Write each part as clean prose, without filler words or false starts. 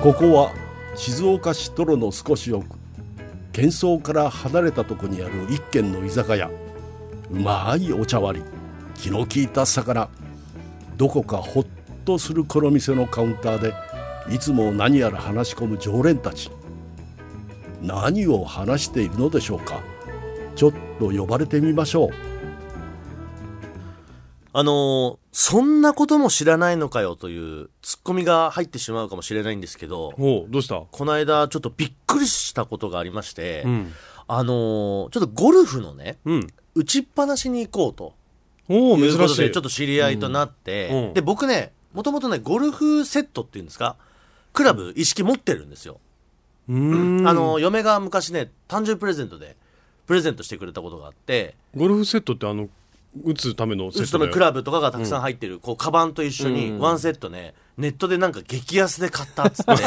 ここは静岡市泥の少し奥、喧騒から離れたとこにある一軒の居酒屋。うまいお茶割り、気の利いた魚、どこかほっとするこの店のカウンターでいつも何やら話し込む常連たち。何を話しているのでしょうか。ちょっと呼ばれてみましょう。 そんなことも知らないのかよというツッコミが入ってしまうかもしれないんですけど、 どうした？ この間ちょっとびっくりしたことがありまして、ちょっとゴルフのね、打ちっぱなしに行こうということでちょっと知り合いとなって、で僕ね、もともとねゴルフセットっていうんですか、クラブ一式持ってるんですよ。嫁が昔ね、誕生日プレゼントでプレゼントしてくれたことがあって、 ゴルフセットって打つためのセットだよ。打つためのクラブとかがたくさん入ってる、こうカバンと一緒にワンセットね、ネットでなんか激安で買ったっつって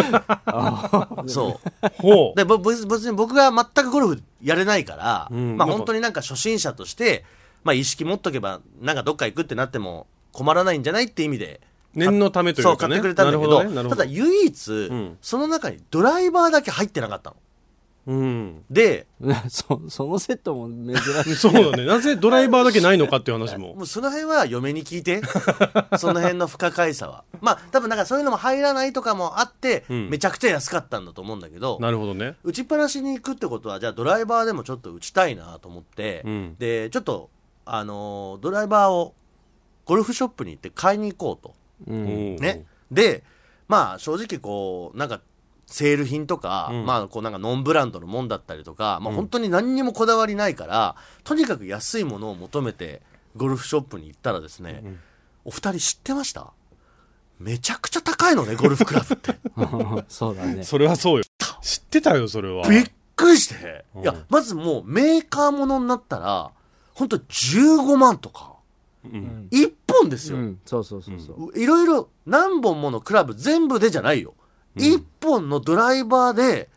そうで、別に僕が全くゴルフやれないから、本当になんか初心者として、意識持っとけばなんかどっか行くってなっても困らないんじゃないって意味で念のためというかね、 そう買ってくれたんだけど、ただ唯一、その中にドライバーだけ入ってなかったの。でそのセットも珍しいそうだね。なぜドライバーだけないのかっていう話ももうその辺は嫁に聞いてその辺の不可解さは多分なんかそういうのも入らないとかもあって、めちゃくちゃ安かったんだと思うんだけど、 なるほどね。 打ちっぱなしに行くってことは、じゃあドライバーでもちょっと打ちたいなと思って、でちょっとドライバーをゴルフショップに行って買いに行こうと、ね。で正直こうなんかセール品とか、こうなんかノンブランドのもんだったりとか、本当に何にもこだわりないから、とにかく安いものを求めてゴルフショップに行ったらですね、お二人知ってました？めちゃくちゃ高いのね、ゴルフクラブってそうだね。 それはそうよ。知ってたよ、それは。 びっくりして、いやまずもうメーカーものになったら本当15万とか、1本ですよ、いろいろ何本ものクラブ全部でじゃないよ、1本のドライバーで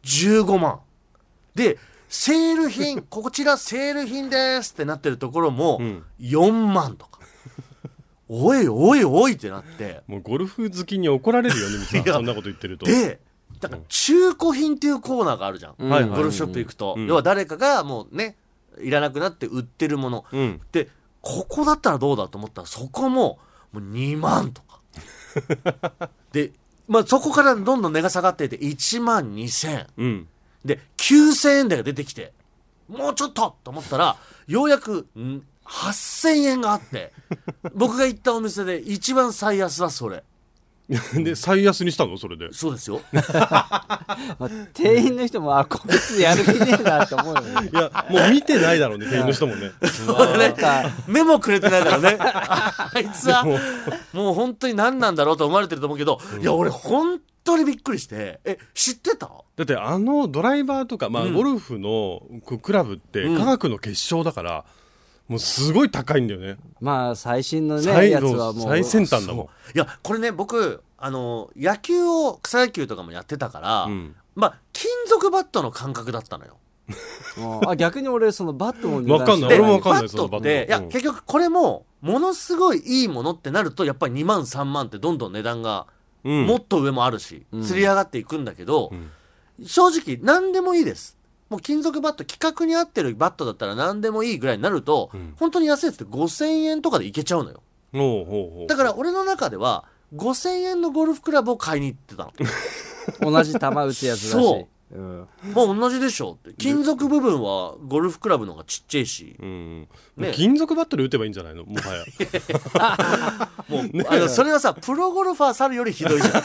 15万で、セール品こちらセール品ですってなってるところも4万とかおいおいおいってなって、 もうゴルフ好きに怒られるよね、みたいなそんなこと言ってると。 でだから中古品っていうコーナーがあるじゃん、ゴルフショップ行くと、要は誰かがもうねいらなくなって売ってるもの、でここだったらどうだと思ったら、そこもう2万とかでそこからどんどん値が下がっていて1万2000、で9000円台が出てきて、もうちょっとと思ったらようやく8000円があって僕が行ったお店で一番最安だそれで最安にしたの？それで。 そうですよ店員の人もこいつやる気ねえなって思うよね。 いやもう見てないだろうね、店員の人もね目もくれてないだろうねあいつはもう本当に何なんだろうと思われてると思うけど、いや俺本当にびっくりして。知ってた？ だってドライバーとか、ゴルフのクラブって科学の結晶だから、もうすごい高いんだよね。 最新のねやつはもう最先端だもん。 いやこれね、僕野球を草野球とかもやってたから、金属バットの感覚だったのよ逆に俺そのバットも分かんない。俺も分かんない。 バットっていや結局これもものすごいいいものってなるとやっぱり2万3万ってどんどん値段がもっと上もあるし、釣り上がっていくんだけど、正直何でもいいです。もう金属バット、規格に合ってるバットだったら何でもいいぐらいになると、本当に安いやつって5000円とかでいけちゃうのよ。だから俺の中では5000円のゴルフクラブを買いに行ってたの同じ球打つやつだし。 そう同じでしょって。金属部分はゴルフクラブの方がちっちゃいし、 金属バットで打てばいいんじゃないの、もはやもうそれはさ、プロゴルファー猿よりひどいじゃ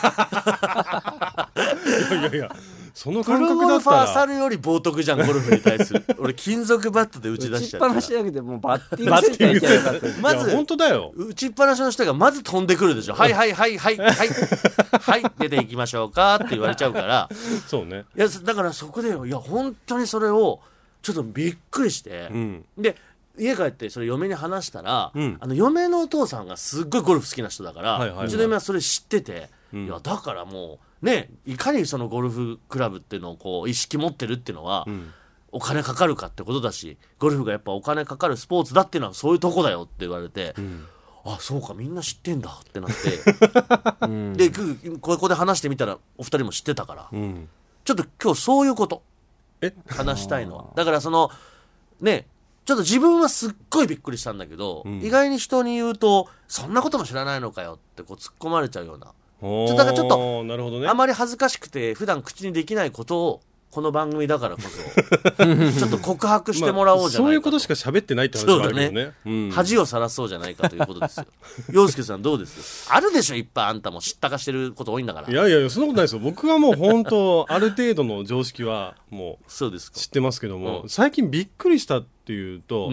んいやそのプロ感覚ゴルファーだったら猿より冒涜じゃん、ゴルフに対する俺金属バットで打ち出しちゃう打ちっぱなしじゃなくてもうバッティングセンター行けばよかったまず本当だよ。 打ちっぱなしの人がまず飛んでくるでしょはいはいはいはいはいはい出ていきましょうかって言われちゃうからそうね。 いやだからそこでいや本当にそれをちょっとびっくりして、で家帰ってそれ嫁に話したら、嫁のお父さんがすっごいゴルフ好きな人だから、うちの嫁はそれ知ってて、いやだからもうね、いかにそのゴルフクラブっていうのをこう意識持ってるっていうのは、お金かかるかってことだし、ゴルフがやっぱお金かかるスポーツだっていうのはそういうとこだよって言われて、 あそうかみんな知ってんだってなってでここで話してみたらお二人も知ってたから、ちょっと今日そういうこと話したいのはだからそのねちょっと自分はすっごいびっくりしたんだけど、意外に人に言うとそんなことも知らないのかよってこう突っ込まれちゃうようなだからちょっとなるほどね、 あまり恥ずかしくて普段口にできないことをこの番組だからこそちょっと告白してもらおうじゃないかと、 そういうことしか喋ってないって話があるけどね、 恥をさらそうじゃないかということですよ陽介さんどうですあるでしょいっぱいあんたも知ったかしてること多いんだからいやいやそんなことないですよ僕はもう本当ある程度の常識はもうそうですか知ってますけども、最近びっくりしたっていうと、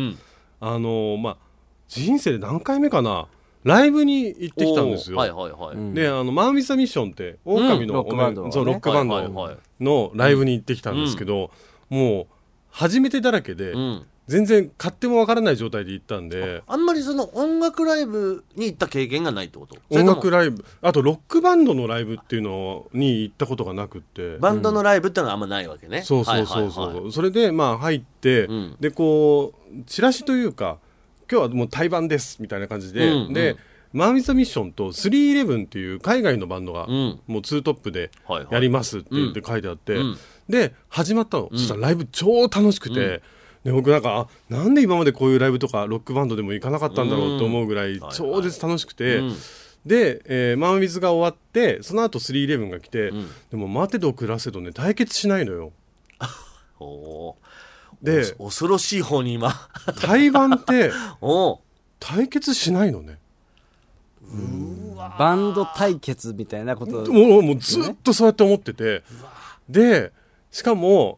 人生で何回目かなライブに行ってきたんですよ。 はいはいはい、 でマン・ウィザ・ミッションって狼の、 ロックバンドの、 そうロックバンドのライブに行ってきたんですけど、もう初めてだらけで、全然勝手もわからない状態で行ったんで、 あんまりその音楽ライブに行った経験がないってこと？ 音楽ライブあとロックバンドのライブっていうのに行ったことがなくって、 バンドのライブってのはあんまないわけね。 そうそうそうそう、それでまあ入って、でこうチラシというか今日はもう対バンですみたいな感じで、でマン・ウィザ・ミッションと311っていう海外のバンドがもうツートップでやりますって言って書いてあって、で始まったの、そしたらライブ超楽しくて、で僕なんで今までこういうライブとかロックバンドでも行かなかったんだろうって思うぐらい超絶楽しくて、で、マン・ウィズが終わってその後311が来て、でも待てど暮らせどね対決しないのよで恐ろしい方に今対バンって対決しないのね。 バンド対決みたいなこともうずっとそうやって思ってて、でしかも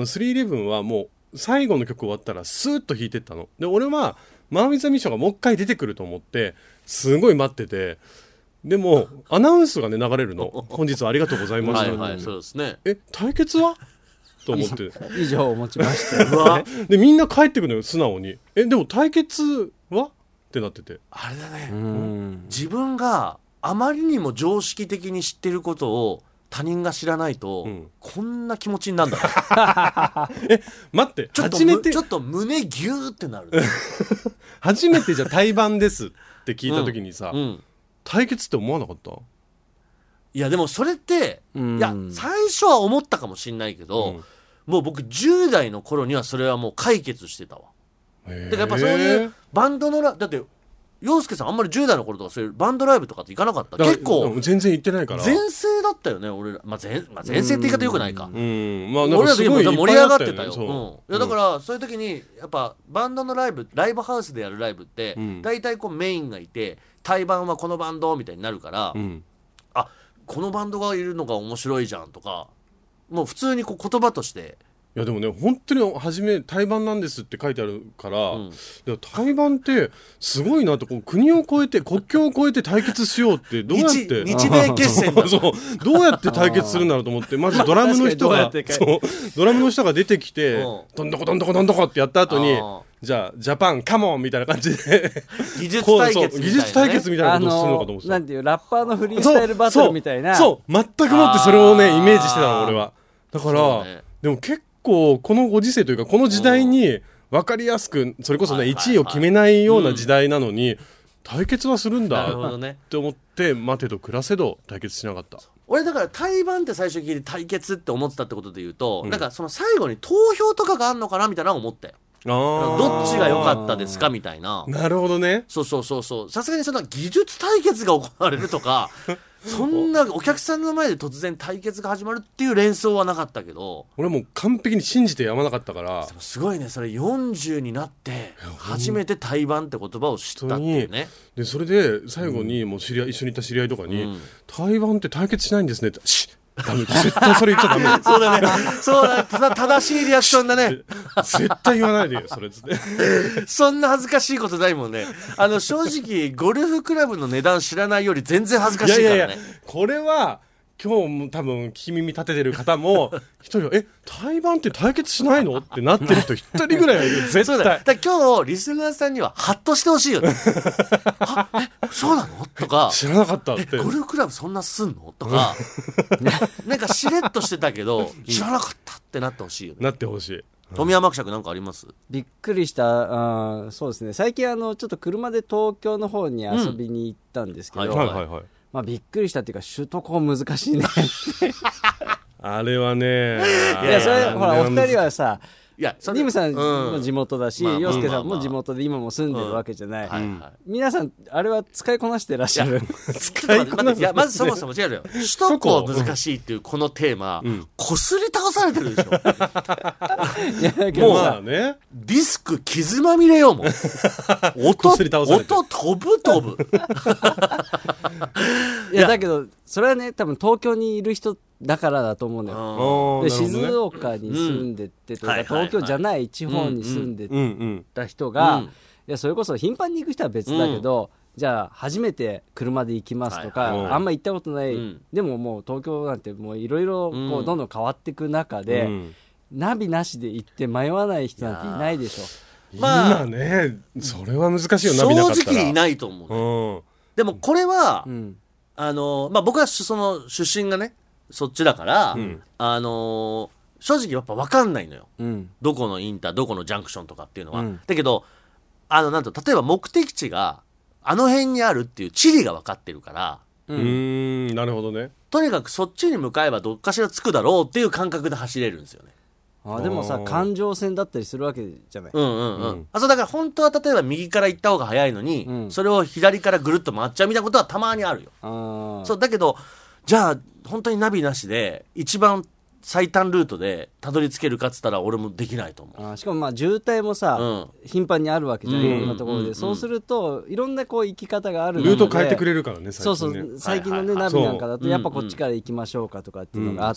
311はもう最後の曲終わったらスーッと弾いてったので、俺はマン・ウィザ・ミッションがもう一回出てくると思ってすごい待ってて、でもアナウンスがね流れるの本日はありがとうございましたはいはい、そうですね。 対決はと思って以上をもちましてでみんな帰ってくるのよ素直に。でも対決はってなってて、 あれだね、自分があまりにも常識的に知ってることを他人が知らないと、こんな気持ちになるんだ待ってちょっと胸ギューってなる初めてじゃ対バンですって聞いた時にさ、対決って思わなかった？ いやでもそれって、いや最初は思ったかもしれないけど、もう僕10代の頃にはそれはもう解決してたわ。だからやっぱそういうバンドのだって陽介さんあんまり10代の頃とかそういうバンドライブとかって行かなかった？結構全然行ってないから全盛だったよね俺ら、全盛って言い方よくないか、 俺らの時も盛り上がってたよ。いやだからそういう時にやっぱバンドのライブハウスでやるライブって大体こうメインがいて対バンはこのバンドみたいになるから、あこのバンドがいるのが面白いじゃんとか、もう普通にこう言葉として。 いやでもね本当に初め対バンなんですって書いてあるから、対バンってすごいなと、こう国を越えて国境を越えて対決しようってどうやって日米決戦だそうどうやって対決するんだろうと思ってまずドラムの人が出てきてどんどこどんどこどんどこってやった後にじゃあジャパンカモンみたいな感じで技術対決みたいな、 技術対決みたいなことをするのかと思ってなんていうラッパーのフリースタイルバトルみたいな、 そう全くもってそれをねイメージしてたの俺は。だから、でも結構このご時世というかこの時代に分かりやすくそれこそね1位を決めないような時代なのに対決はするんだって思って待てど暮らせど対決しなかった。 俺だから対バンって最初聞いて対決って思ってたってことで言うと、なんかその最後に投票とかがあんのかなみたいなのを思ったよ。どっちが良かったですかみたいな。 なるほどね。 そうさすがにその技術対決が行われるとかそんなお客さんの前で突然対決が始まるっていう連想はなかったけど、 俺もう完璧に信じてやまなかったから。 すごいねそれ40になって初めて対バンって言葉を知ったっていうね。 でそれで最後にもう一緒にいた知り合いとかに、対バンって対決しないんですねってダメ絶対それ言っちゃダメそうだねそうだね正しいリアクションだね絶対言わないでよそれってそんな恥ずかしいことないもんね。正直ゴルフクラブの値段知らないより全然恥ずかしいからね。 いやこれは今日も多分聞き耳立ててる方も一人は対バンって対決しないのってなってる人一人ぐらいはいる絶対。 そうだ今日リスナーさんにはハッとしてほしいよねそうなのとか知らなかったってゴルフクラブそんなすんのとかなんかしれっとしてたけど知らなかったってなってほしいよね。 なってほしい。 富山伯爵なんかあります？ びっくりした。そうですね、最近ちょっと車で東京の方に遊びに行ったんですけど、まあ、びっくりしたっていうか首都高難しいねあれはねいやそれほらお二人はさ、 いやニムさんも地元だし、陽介さんも地元で今も住んでるわけじゃない、皆さんあれは使いこなしてらっしゃる？ 使いこなして、いやまずそもそも違うよ、首都高難しいっていうこのテーマ、こすり倒されてるでしょもう、ディスク傷まみれよ、もう音飛ぶいやだけどそれはね、多分東京にいる人だからだと思うんだよ。で、静岡に住んでってとか、東京じゃない地方に住んでた人が、いやそれこそ頻繁に行く人は別だけど、じゃあ初めて車で行きますとか、あんま行ったことない、でももう東京なんてもういろいろどんどん変わっていく中で、ナビなしで行って迷わない人なんていないでしょ。 今ね、それは難しいよ、ナビなかったら。 正直いないと思う。でもこれは、僕はその出身がねそっちだから、正直やっぱ分かんないのよ、どこのインターどこのジャンクションとかっていうのは、だけどなんと例えば目的地があの辺にあるっていう地理が分かってるから、 なるほどね、 とにかくそっちに向かえばどっかしら着くだろうっていう感覚で走れるんですよね。 でもさ、環状線だったりするわけじゃない。 そうだから本当は例えば右から行った方が早いのに、それを左からぐるっと回っちゃうみたいなことはたまにあるよ。そうだけどじゃあ本当にナビなしで一番最短ルートでたどり着けるかっつったら俺もできないと思う。 しかもまあ渋滞もさ、頻繁にあるわけじゃない、いろんなところで、そうするといろんなこう行き方があるのでルート変えてくれるからね、 最近ね。そうそう、最近のね、ナビなんかだとやっぱこっちから行きましょうかとかっていうのがあって、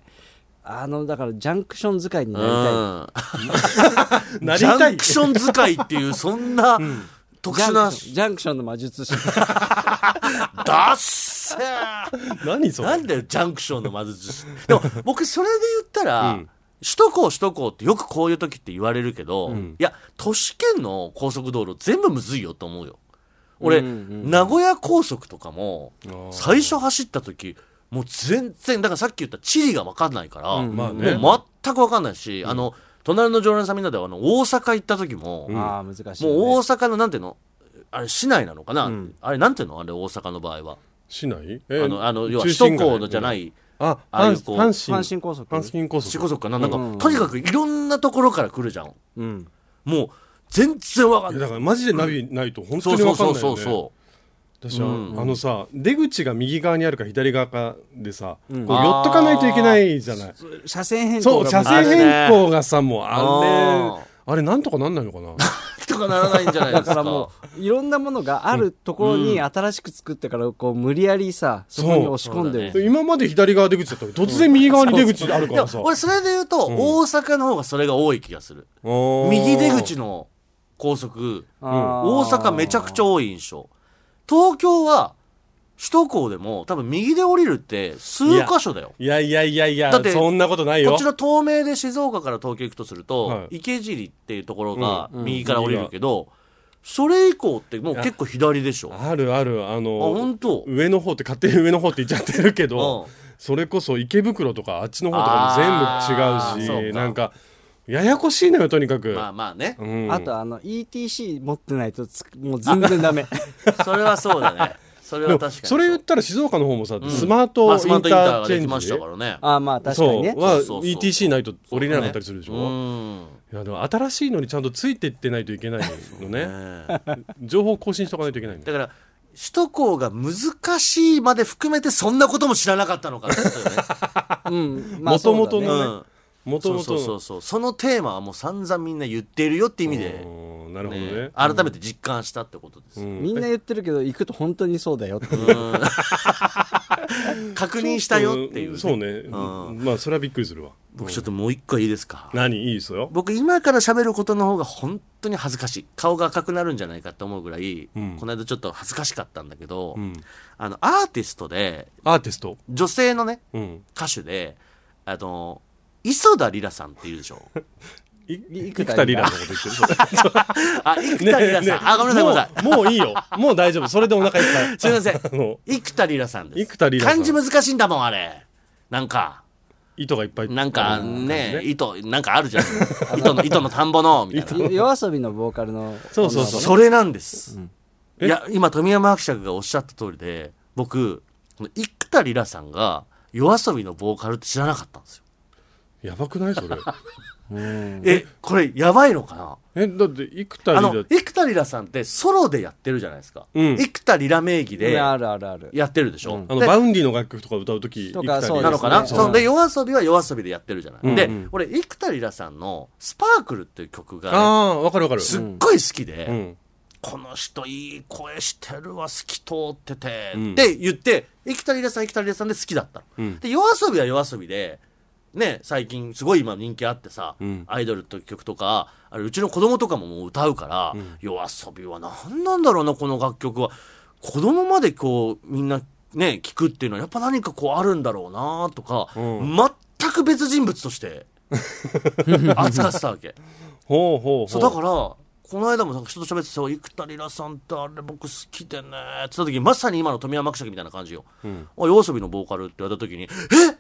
だからジャンクション使いになりたい。 ジャンクション使いっていうそんな特殊なジャンクションの魔術師。 ダッセー。 何それ。 なんだよジャンクションの魔術師。でも僕それで言ったら、首都高ってよくこういう時って言われるけど、いや都市圏の高速道路全部むずいよと思うよ。俺、名古屋高速とかも最初走った時もう全然だからさっき言った地理が分かんないから、もう全く分かんないし、隣の常連さんみんなで大阪行った時も、 難しい、 もう大阪のなんていうのあれ市内なのかな、あれなんていうのあれ大阪の場合は市内、 要は首都高のじゃない、 阪神高速かなんか、とにかくいろんなところから来るじゃん、もう全然分かんない。 だからマジでナビないと本当に分かんないよね。私はさ、出口が右側にあるか左側かでさ、こう寄っとかないといけないじゃない。 車線変更そう、車線変更がさ、もうあれなんとかなんないのかな。 とかならないんじゃないですか。 だからもういろんなものがあるところに新しく作ってからこう無理やりさ、そこに押し込んでる。 今まで左側出口だったのに突然右側に出口あるからさ。 俺それで言うと大阪の方がそれが多い気がする。右出口の高速、大阪めちゃくちゃ多い印象。東京は首都高でも多分右で降りるって数箇所だよ。 いやだってそんなことないよ。 こっちの東名で静岡から東京行くとすると、池尻っていうところが右から降りるけど、それ以降ってもう結構左でしょ。 ある本当上の方って勝手に上の方って言っちゃってるけど、それこそ池袋とかあっちの方とかも全部違うし、なんかややこしいのよとにかく。 まあね、 あとETC 持ってないともう全然ダメ。 それはそうだね。それは確かにそれ言ったら静岡の方もさ、スマートインターチェンジましたからね。 まあ確かにね。 ETC ないと降りれなかったりするでしょ。いやでも新しいのにちゃんとついていってないといけないのね。情報更新しとかないといけないんだから首都高が難しいまで含めてそんなことも知らなかったのかってことよね。 もともとのね。 そうそのテーマはもう散々みんな言っているよって意味で、 なるほどね、 改めて実感したってことです、 みんな言ってるけど行くと本当にそうだよって確認したよっていう、 そうね、まあそれはびっくりするわ。 僕ちょっともう一個いいですか。 何？いいですよ。 僕今から喋ることの方が本当に恥ずかしい、顔が赤くなるんじゃないかと思うぐらい、この間ちょっと恥ずかしかったんだけど、アーティスト女性のね、歌手で磯田リラさんっていうでしょ。 生田リラのこと言ってる。 生田リラさん、ごめんなさい。 もういいよ、もう大丈夫。それでお腹いっぱい。 すいません。生田リラさんです。 漢字難しいんだもんあれ。なんか糸がいっぱいなんかね、糸なんかあるじゃん糸の田んぼのみたいな夜遊びのボーカルのそうそれなんです、いや今富山伯爵がおっしゃった通りで、僕生田リラさんが夜遊びのボーカルって知らなかったんですよ。 やばくないそれこれやばいのかな。 だって生田リラさんってソロでやってるじゃないですか、生田リラ名義でやってるでしょ、 バウンディの楽曲とか歌うときなのかな、そうで夜遊びは夜遊びでやってるじゃない、で俺生田リラさんのスパークルっていう曲が、 わかるすっごい好きで、この人いい声してるわ、透き通ってて、って言って生田リラさんで好きだったの、で夜遊びは夜遊びでね、最近すごい今人気あってさ、アイドルって曲とかあれうちの子供とかももう歌うから、夜遊びは何なんだろうな、この楽曲は子供までこうみんなね聴くっていうのはやっぱ何かこうあるんだろうなとか、全く別人物として扱ってたわけそうだからこの間もなんか人と喋ってて、生田リラさんってあれ僕好きでねって言った時にまさに今の富山伯爵みたいな感じよ、夜遊びのボーカルって言われた時に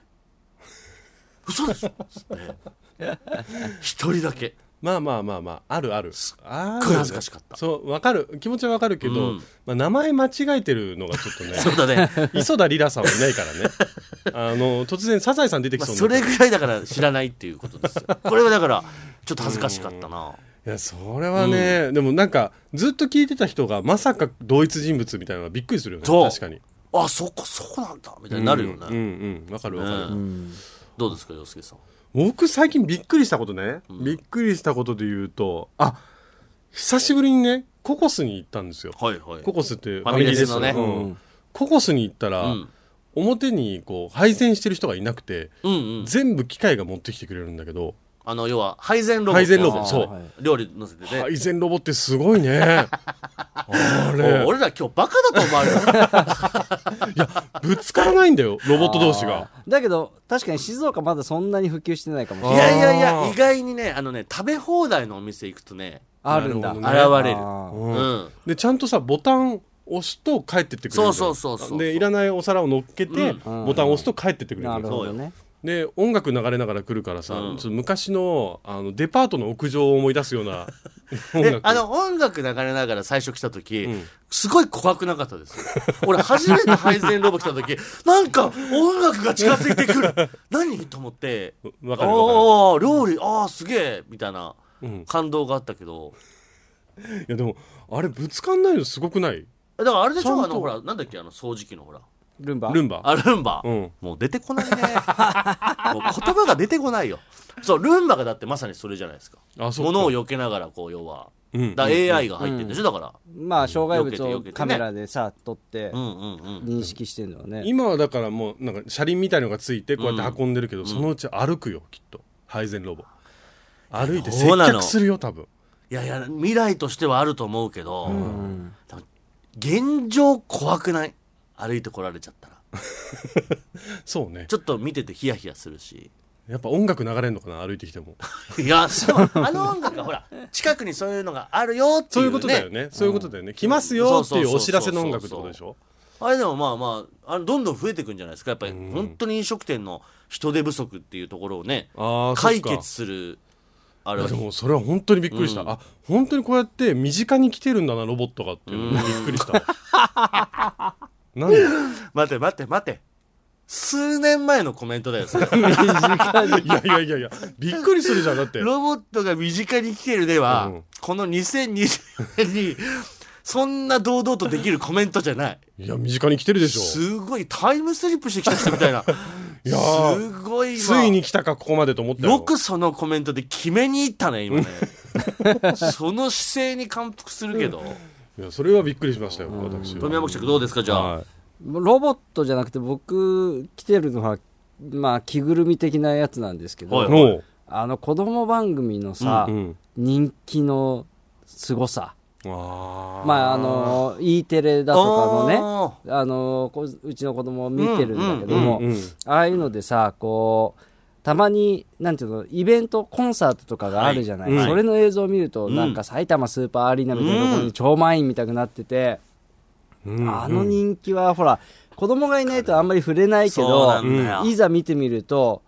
嘘でしょって一人だけまああるすっごい恥ずかしかった。 そう分かる気持ちは分かるけど、名前間違えてるのがちょっとねそうだね磯田リラさんはいないからね突然サザエさん出てきそうな、 それぐらいだから知らないっていうことですよこれはだからちょっと恥ずかしかったな。 いやそれはね、でもなんかずっと聞いてた人がまさか同一人物みたいなのはびっくりするよね。確かにそうなんだみたいになるよね。 分かる、 どうですか洋介さん。 僕最近びっくりしたことね、びっくりしたことで言うと久しぶりにねココスに行ったんですよ、ココスってファミレスのね、 ココスに行ったら、表にこう配膳してる人がいなくて、全部機械が持ってきてくれるんだけど、 要は配膳ロボそう料理乗せてね、 配膳ロボってすごいねあれ俺ら今日バカだと思われるいやぶつからないんだよロボット同士が。 だけど確かに静岡まだそんなに普及してないかもしれない。 いや意外にね食べ放題のお店行くとねあるんだ、 現れる、 でちゃんとさボタン押すと帰ってってくれる。 そうでいらないお皿を乗っけて、ボタンを押すと帰ってってくれる。 なるほどね。 で音楽流れながら来るからさ、ちょっと昔のデパートの屋上を思い出すような音楽流れながら最初来た時、すごい怖くなかったです俺初めて配膳ロボ来た時なんか音楽が近づいてくる何と思って、 わかる料理すげえみたいな感動があったけど、 いやでもあれぶつかんないのすごくない？ だからあれでしょほらなんだっけ掃除機のほらルンバ、 もう出てこないねもう言葉が出てこないよ。そうルンバがだってまさにそれじゃないですか。物を避けながらこう要は、AI が入ってるんでしょ、だからまあ障害物をカメラでさ撮って認識してるのはね。 今はだからもうなんか車輪みたいのがついてこうやって運んでるけど、そのうち歩くよきっと配膳ロボ歩いて接客するよ多分。 いや未来としてはあると思うけど、現状怖くない？歩いてこられちゃったらそうね、 ちょっと見ててヒヤヒヤするし、 やっぱ音楽流れんのかな歩いてきてもいやそう音楽がほら近くにそういうのがあるよっていうね、 そういうことだよね、そういうことだよね、来ますよっていうお知らせの音楽ってことでしょ。 あれでもまあどんどん増えていくんじゃないですか。やっぱり本当に飲食店の人手不足っていうところをね解決するあれは。 でもそれは本当にびっくりした、本当にこうやって身近に来てるんだなロボットがっていうのにびっくりしたなんで待て数年前のコメントだよそれいやびっくりするじゃん。だってロボットが身近に来てるでは、この2020年にそんな堂々とできるコメントじゃない。 いや身近に来てるでしょ。 すごいタイムスリップしてきた人みたいないやすごいついに来たかここまでと思ったよ。 よくそのコメントで決めに行ったね今ねその姿勢に感服するけど、 いやそれはびっくりしましたよ私は。 富山伯爵どうですかじゃあ、 ロボットじゃなくて僕来てるのはまあ着ぐるみ的なやつなんですけど、子供番組のさ、人気のすごさ、E テレだとかのねうちの子供見てるんだけども、ああいうのでさこうたまになんていうのイベントコンサートとかがあるじゃない、それの映像を見ると、なんか埼玉スーパーアリーナみたいなところに超満員見たくなってて、あの人気はほら子供がいないとあんまり触れないけど、いざ見てみると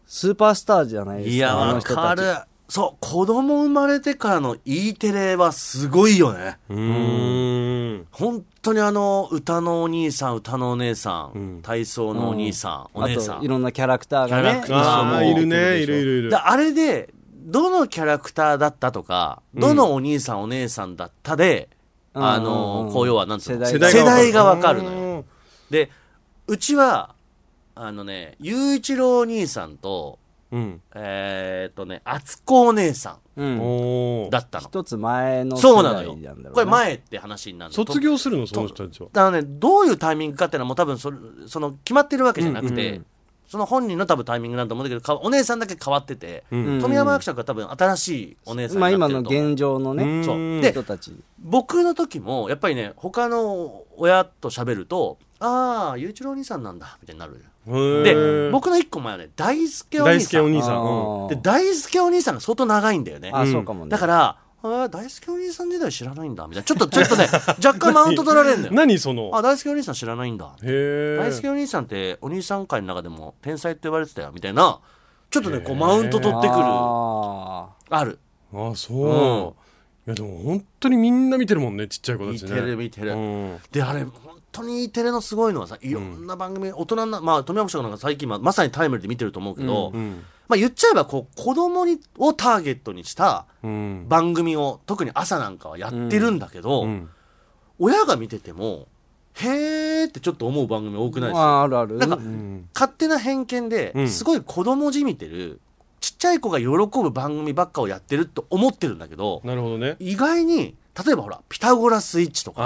スーパースターじゃないですか。 いやわかる。そう子供生まれてからの E テレはすごいよね。本当に歌のお兄さん歌のお姉さん、体操のお兄さん、お姉さん、 あといろんなキャラクターがね、 いるね、いるあれでどのキャラクターだったとか、どのお兄さんお姉さんだったで、こう要はなんていうの、世代が分かるのよ。でうちは雄一郎お兄さんと敦子お姉さんだったの。 一つ前の世代なんだろうね。 そうなのよ。これ前って話になるの。 卒業するのその人たちは。 だからね、どういうタイミングかっていうのはもう多分その決まってるわけじゃなくて、その本人の多分タイミングなんだと思うんだけど、お姉さんだけ変わってて、富山伯爵は多分新しいお姉さんになってると。 今の現状のね、 そう人たち。 僕の時もやっぱりね、他の親と喋ると、ああ雄一郎お兄さんなんだみたいになるよ。で僕の一個前はね大輔お兄さんで、大輔お兄さんが相当長いんだよね。 そうかもね。 だから大輔お兄さん時代知らないんだみたいな、ちょっとね若干マウント取られるんだよ。 何その大輔お兄さん知らないんだ、大輔お兄さんってお兄さん界の中でも天才って言われてたよみたいな、ちょっとねこうマウント取ってくるある。 そう、いやでも本当にみんな見てるもんね、ちっちゃい子たちね。 見てる、であれ本当に E テレのすごいのはさ、いろんな番組、大人な、富山伯爵なんか最近まさにタイムリーで見てると思うけど、言っちゃえばこう子供をターゲットにした番組を特に朝なんかはやってるんだけど、親が見ててもへーってちょっと思う番組多くないですか。 あるある。 なんか、勝手な偏見ですごい子供じみてるちっちゃい子が喜ぶ番組ばっかをやってると思ってるんだけど、 なるほどね。 意外に例えばほらピタゴラスイッチとか、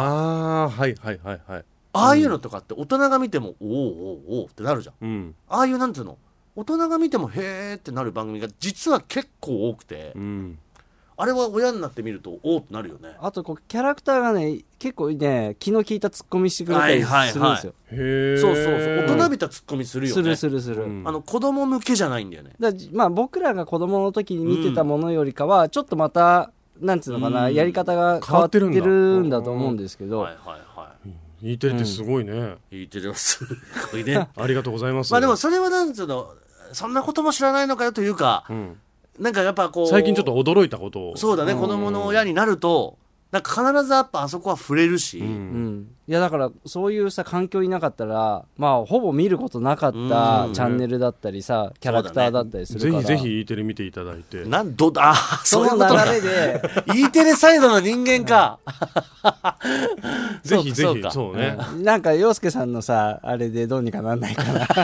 ああいうのとかって大人が見てもおおってなるじゃん、ああいうなんていうの大人が見てもへーってなる番組が実は結構多くて、あれは親になってみるとおーってなるよね。 あとこうキャラクターがね結構ね気の利いたツッコミしてくれたりするんですよ。 そう大人びたツッコミするよね。 する、 子供向けじゃないんだよね。 僕らが子供の時に見てたものよりかはちょっとまたなんつうのかな、やり方が変わってるんだと思うんですけど、 E テレってすごいね。 E テレはすごいねありがとうございます。 でもそれはなんつうの、そんなことも知らないのかよというか、なんかやっぱこう最近ちょっと驚いたことを、 そうだね、子供の親になるとなんか必ずやっぱあそこは触れるし、 いやだからそういうさ環境になかったらほぼ見ることなかったチャンネルだったりさ、キャラクターだったりするから、 ぜひ E テレ見ていただいて、 その流れで E テレサイドの人間かぜひそうね。 なんか陽介さんのさあれでどうにかなんないか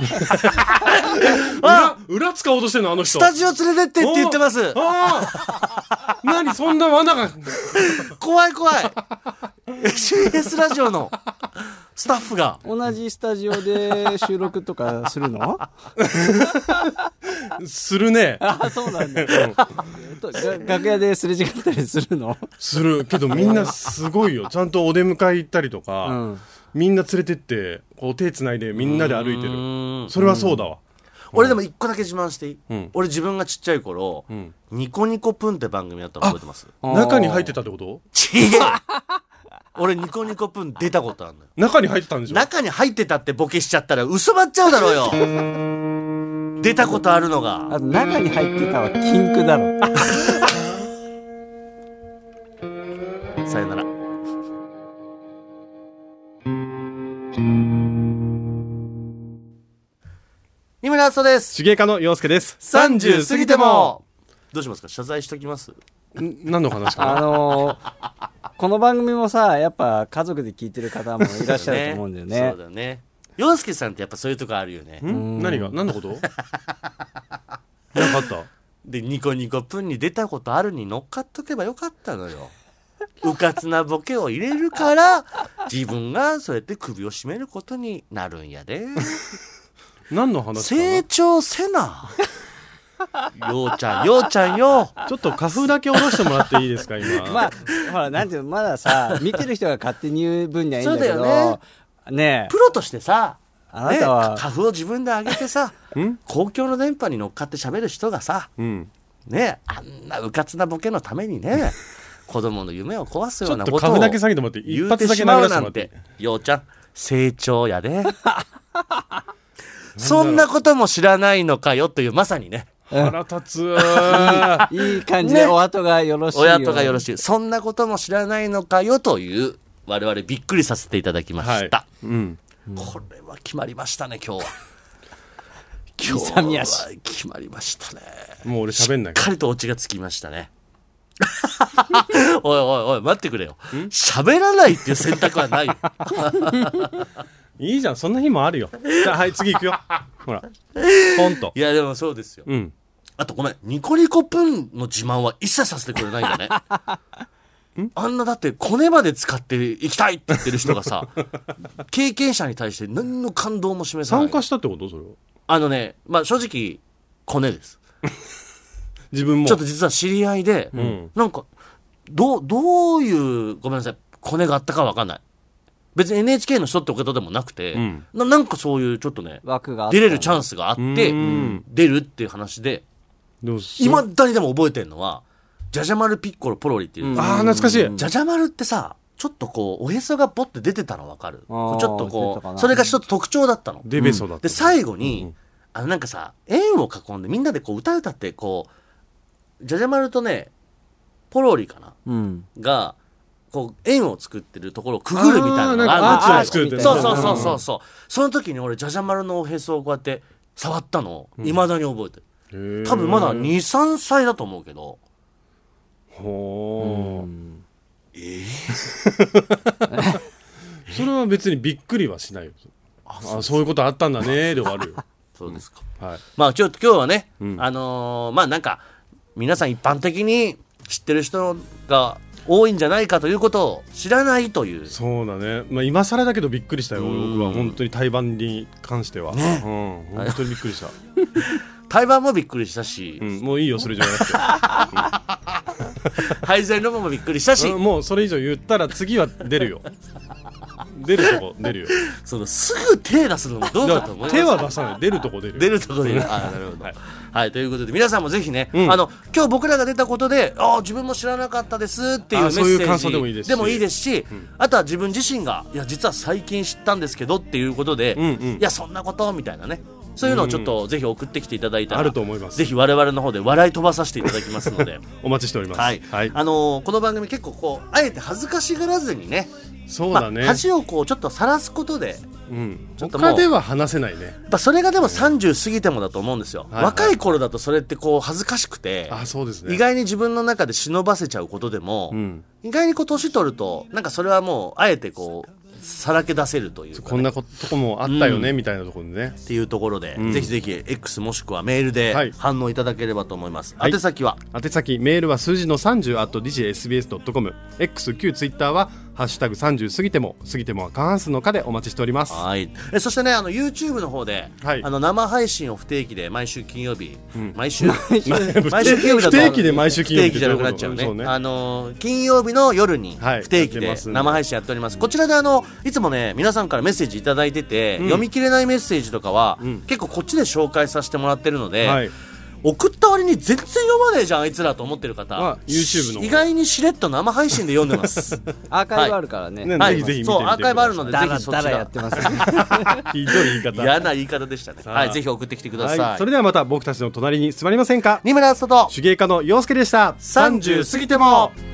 な裏使おうとしてんのあの人。 スタジオ連れてってって言ってます。 何そんな罠が怖いCS ラジオのスタッフが同じスタジオで収録とかするのするね。 そうなんだ楽屋ですれ違ったりするの？ するけどみんなすごいよ。ちゃんとお出迎え行ったりとか、みんな連れてってこう手つないでみんなで歩いてる。それはそうだわ。 俺でも一個だけ自慢していい？俺自分がちっちゃい頃、ニコニコプンって番組やったの覚えてます？ 中に入ってたってこと？ 違え俺ニコニコプン出たことあるのよ。 中に入ってたんでしょ？ 中に入ってたってボケしちゃったら嘘ばっちゃうだろうよ出たことあるのが。 中に入ってたは禁句だろさよなら。二村敦人です。 手芸家の陽介です。 30過ぎてもどうしますか？謝罪しときます？ 何の話かな。 この番組もさやっぱ家族で聞いてる方もいらっしゃると思うんだよね。 そうだね。陽介さんってやっぱそういうとこあるよね。 何のこと？なんかあった？ でニコニコプンに出たことあるに乗っかっとけばよかったのよ。うかつなボケを入れるから自分がそうやって首を絞めることになるんやで。 何の話かな。 成長せなようちゃんよちょっと花粉だけ下ろしてもらっていいですか今。 ほらなんていうのまださ見てる人が勝手に言う分にはいいんだけど、 そうだよね。プロとしてさあなたは、 花粉を自分で上げてさ公共の電波に乗っかって喋る人がさ、あんなうかつなボケのためにね子供の夢を壊すようなことをちょっと花粉だけ下げてもらって言ってしまうなんてようちゃん成長やでそんなことも知らないのかよという、まさにね、 腹立ついい感じでお後がよろしいよ、 お後がよろしい、そんなことも知らないのかよという我々びっくりさせていただきました、これは決まりましたね。今日は決まりましたね。 もう俺喋んないしっかりとオチがつきましたね。おいおいおい待ってくれよ、喋らないっていう選択はないよ。 いいじゃん、そんな日もあるよ。じゃあはい次行くよ。ほらポンと。 いやでもそうですよ、あとごめん、ニコニコプンの自慢は一切させてくれないんだね。あんなだってコネまで使っていきたいって言ってる人がさ経験者に対して何の感動も示さない。 参加したってこと？それはまあ正直コネです自分もちょっと実は知り合いで、なんかどういうごめんなさいコネがあったか分かんない。別に NHK の人ってことでもなくて、なんかそういうちょっとね枠が出れるチャンスがあって出るっていう話で、いまだにでも覚えてるのはジャジャマルピッコロポロリっていう、 ああ懐かしい。 ジャジャマルってさちょっとこうおへそがポッて出てたの分かる？ちょっとこうそれが一つ特徴だったの。 デベソだった。 で最後に、なんかさ円を囲んでみんなでこう歌ってこうジャジャマルとねポロリかな、がこう円を作ってるところをくぐるみたいなのがあるんですよ。そうその時に俺ジャジャマルのおへそをこうやって触ったのをいまだに覚えてる、多分まだ 2,3 歳だと思うけど。 ほそれは別にびっくりはしないよ。そういうことあったんだねで終わるよ。 そうですか、 はい、 まあちょっと今日はね、まあなんか皆さん一般的に知ってる人が多いんじゃないかということを知らないという。 そうだね、まあ、今更だけどびっくりしたよ。僕は本当に対バンに関しては、 ね、 本当にびっくりした。 対バンもびっくりしたし、 もういいよそれじゃなくて配膳ロボもびっくりしたし、 もうそれ以上言ったら次は出るよ。出るとこ出るよ。 すぐ手出すのもどうかと思います。 手は出さない。出るとこ出る。 出るとこでいる。なるほど。はい、ということで皆さんもぜひね、今日僕らが出たことで自分も知らなかったですっていうメッセージそういう感想でもいいですし、あとは自分自身がいや実は最近知ったんですけどっていうことで、いやそんなことみたいなね、そういうのをちょっとぜひ送ってきていただいたら、 あると思います。 ぜひ我々の方で笑い飛ばさせていただきますのでお待ちしております。 はい、この番組結構こうあえて恥ずかしがらずにね、 そうだね、 恥をこうちょっと晒すことで、 ちょっと他では話せないね。 それがでも30過ぎてもだと思うんですよ、若い頃だとそれってこう恥ずかしくて、 そうですね、 意外に自分の中で忍ばせちゃうことでも、意外にこう年取るとなんかそれはもうあえてこうさらけ出せるというか、ね、 こんなとこもあったよね、みたいなところでねっていうところで、ぜひぜひ X もしくはメールで反応いただければと思います、宛先は宛先メールは数字の30 @djsbs.com、 X 旧 Twitter はハッシュタグ30過ぎてもは過半数の課でお待ちしております。 はい。そしてねYouTube の方で、生配信を不定期で毎週金曜日、毎週金曜日だと不定期で毎週金曜日じゃなくなっちゃうね。金曜日の夜に不定期で生配信やっております。こちらでいつもね皆さんからメッセージいただいてて、読み切れないメッセージとかは、結構こっちで紹介させてもらってるので、送った割に全然読まねえじゃんあいつらと思ってる方、 YouTube の意外にしれっと生配信で読んでますアーカイブあるからね、 ぜひぜひ見てみてください。 そうアーカイブあるのでぜひそちらやってますひどい言い方、 嫌な言い方でしたね。はい、ぜひ送ってきてください。 それではまた僕たちの隣に座りませんか。 二村敦人と手芸家の陽介でした。 30過ぎても。